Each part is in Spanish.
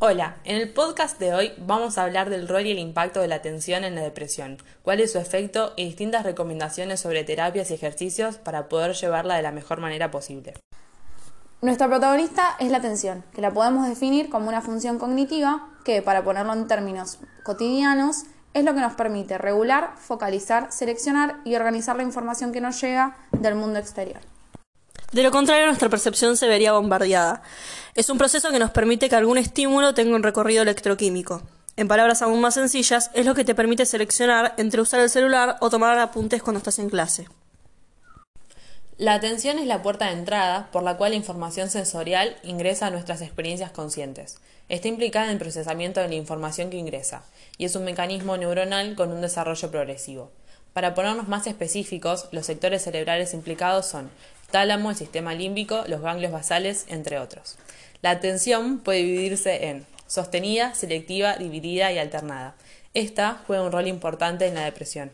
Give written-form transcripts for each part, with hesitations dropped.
Hola, en el podcast de hoy vamos a hablar del rol y el impacto de la atención en la depresión, cuál es su efecto y distintas recomendaciones sobre terapias y ejercicios para poder llevarla de la mejor manera posible. Nuestra protagonista es la atención, que la podemos definir como una función cognitiva que, para ponerlo en términos cotidianos, es lo que nos permite regular, focalizar, seleccionar y organizar la información que nos llega del mundo exterior. De lo contrario, nuestra percepción se vería bombardeada. Es un proceso que nos permite que algún estímulo tenga un recorrido electroquímico. En palabras aún más sencillas, es lo que te permite seleccionar entre usar el celular o tomar apuntes cuando estás en clase. La atención es la puerta de entrada por la cual la información sensorial ingresa a nuestras experiencias conscientes. Está implicada en el procesamiento de la información que ingresa, y es un mecanismo neuronal con un desarrollo progresivo. Para ponernos más específicos, los sectores cerebrales implicados son tálamo, el sistema límbico, los ganglios basales, entre otros. La atención puede dividirse en sostenida, selectiva, dividida y alternada. Esta juega un rol importante en la depresión.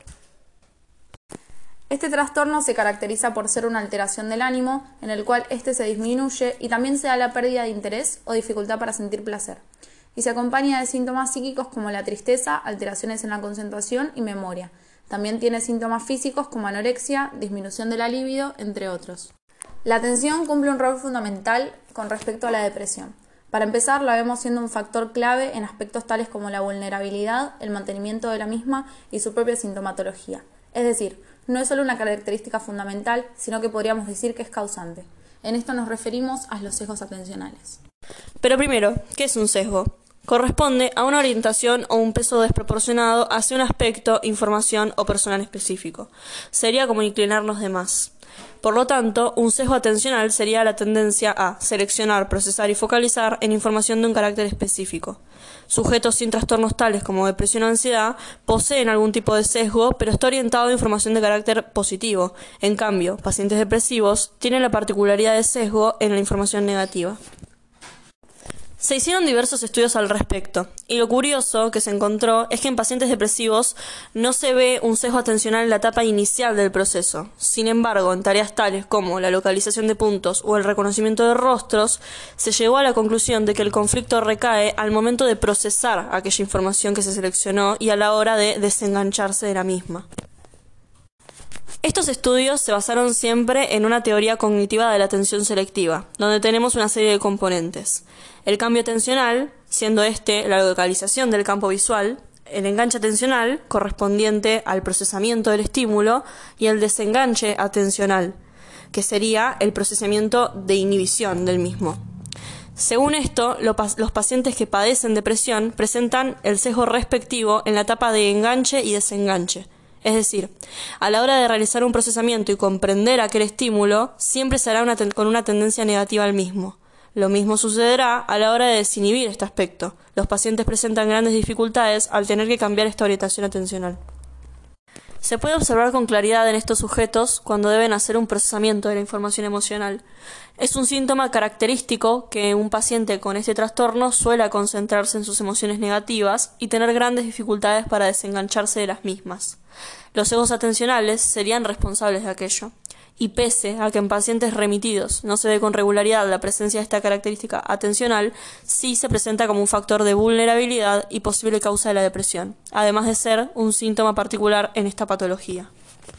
Este trastorno se caracteriza por ser una alteración del ánimo, en el cual éste se disminuye y también se da la pérdida de interés o dificultad para sentir placer. Y se acompaña de síntomas psíquicos como la tristeza, alteraciones en la concentración y memoria. También tiene síntomas físicos como anorexia, disminución de la libido, entre otros. La atención cumple un rol fundamental con respecto a la depresión. Para empezar, la vemos siendo un factor clave en aspectos tales como la vulnerabilidad, el mantenimiento de la misma y su propia sintomatología. Es decir, no es solo una característica fundamental, sino que podríamos decir que es causante. En esto nos referimos a los sesgos atencionales. Pero primero, ¿qué es un sesgo? Corresponde a una orientación o un peso desproporcionado hacia un aspecto, información o personal específico. Sería como inclinarnos de más. Por lo tanto, un sesgo atencional sería la tendencia a seleccionar, procesar y focalizar en información de un carácter específico. Sujetos sin trastornos tales como depresión o ansiedad poseen algún tipo de sesgo, pero está orientado a información de carácter positivo. En cambio, pacientes depresivos tienen la particularidad de sesgo en la información negativa. Se hicieron diversos estudios al respecto, y lo curioso que se encontró es que en pacientes depresivos no se ve un sesgo atencional en la etapa inicial del proceso. Sin embargo, en tareas tales como la localización de puntos o el reconocimiento de rostros, se llegó a la conclusión de que el conflicto recae al momento de procesar aquella información que se seleccionó y a la hora de desengancharse de la misma. Estos estudios se basaron siempre en una teoría cognitiva de la atención selectiva, donde tenemos una serie de componentes. El cambio atencional, siendo la localización del campo visual, el enganche atencional, correspondiente al procesamiento del estímulo, y el desenganche atencional, que sería el procesamiento de inhibición del mismo. Según esto, los pacientes que padecen depresión presentan el sesgo respectivo en la etapa de enganche y desenganche. Es decir, a la hora de realizar un procesamiento y comprender aquel estímulo, siempre se hará con una tendencia negativa al mismo. Lo mismo sucederá a la hora de desinhibir este aspecto. Los pacientes presentan grandes dificultades al tener que cambiar esta orientación atencional. Se puede observar con claridad en estos sujetos cuando deben hacer un procesamiento de la información emocional. Es un síntoma característico que un paciente con este trastorno suele concentrarse en sus emociones negativas y tener grandes dificultades para desengancharse de las mismas. Los sesgos atencionales serían responsables de aquello. Y pese a que en pacientes remitidos no se ve con regularidad la presencia de esta característica atencional, sí se presenta como un factor de vulnerabilidad y posible causa de la depresión, además de ser un síntoma particular en esta patología.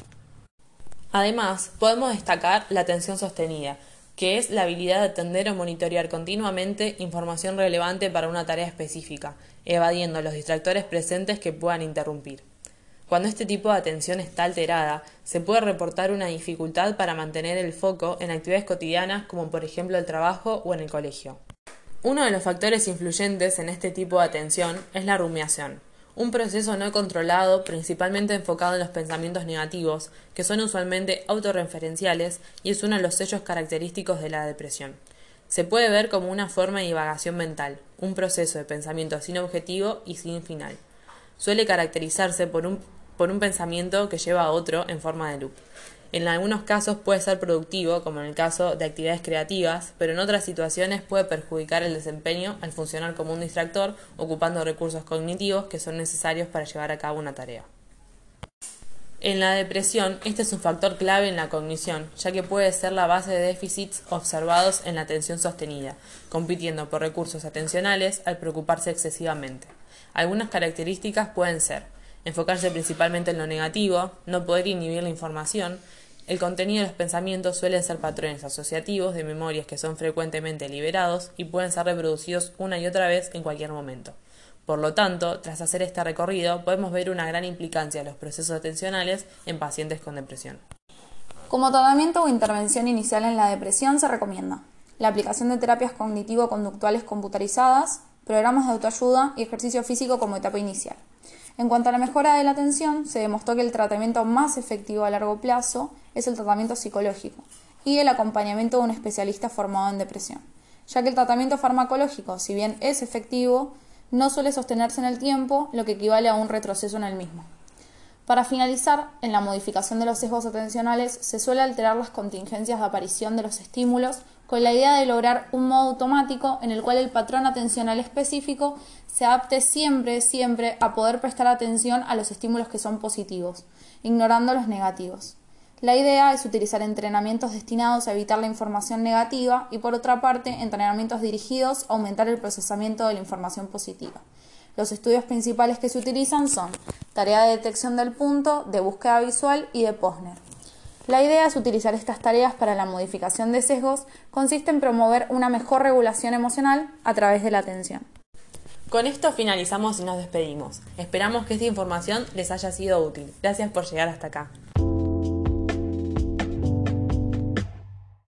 Además, podemos destacar la atención sostenida, que es la habilidad de atender o monitorear continuamente información relevante para una tarea específica, evadiendo los distractores presentes que puedan interrumpir. Cuando este tipo de atención está alterada, se puede reportar una dificultad para mantener el foco en actividades cotidianas como por ejemplo el trabajo o en el colegio. Uno de los factores influyentes en este tipo de atención es la rumiación, un proceso no controlado principalmente enfocado en los pensamientos negativos, que son usualmente autorreferenciales y es uno de los sellos característicos de la depresión. Se puede ver como una forma de divagación mental, un proceso de pensamiento sin objetivo y sin final. Suele caracterizarse por un pensamiento que lleva a otro en forma de loop. En algunos casos puede ser productivo, como en el caso de actividades creativas, pero en otras situaciones puede perjudicar el desempeño al funcionar como un distractor, ocupando recursos cognitivos que son necesarios para llevar a cabo una tarea. En la depresión, este es un factor clave en la cognición, ya que puede ser la base de déficits observados en la atención sostenida, compitiendo por recursos atencionales al preocuparse excesivamente. Algunas características pueden ser enfocarse principalmente en lo negativo, no poder inhibir la información. El contenido de los pensamientos suelen ser patrones asociativos de memorias que son frecuentemente liberados y pueden ser reproducidos una y otra vez en cualquier momento. Por lo tanto, tras hacer este recorrido, podemos ver una gran implicancia de los procesos atencionales en pacientes con depresión. Como tratamiento o intervención inicial en la depresión se recomienda la aplicación de terapias cognitivo-conductuales computarizadas, programas de autoayuda y ejercicio físico como etapa inicial. En cuanto a la mejora de la atención, se demostró que el tratamiento más efectivo a largo plazo es el tratamiento psicológico y el acompañamiento de un especialista formado en depresión, ya que el tratamiento farmacológico, si bien es efectivo, no suele sostenerse en el tiempo, lo que equivale a un retroceso en el mismo. Para finalizar, en la modificación de los sesgos atencionales se suele alterar las contingencias de aparición de los estímulos con la idea de lograr un modo automático en el cual el patrón atencional específico se adapte siempre a poder prestar atención a los estímulos que son positivos, ignorando los negativos. La idea es utilizar entrenamientos destinados a evitar la información negativa y, por otra parte, entrenamientos dirigidos a aumentar el procesamiento de la información positiva. Los estudios principales que se utilizan son tarea de detección del punto, de búsqueda visual y de Posner. La idea es utilizar estas tareas para la modificación de sesgos, consiste en promover una mejor regulación emocional a través de la atención. Con esto finalizamos y nos despedimos. Esperamos que esta información les haya sido útil. Gracias por llegar hasta acá.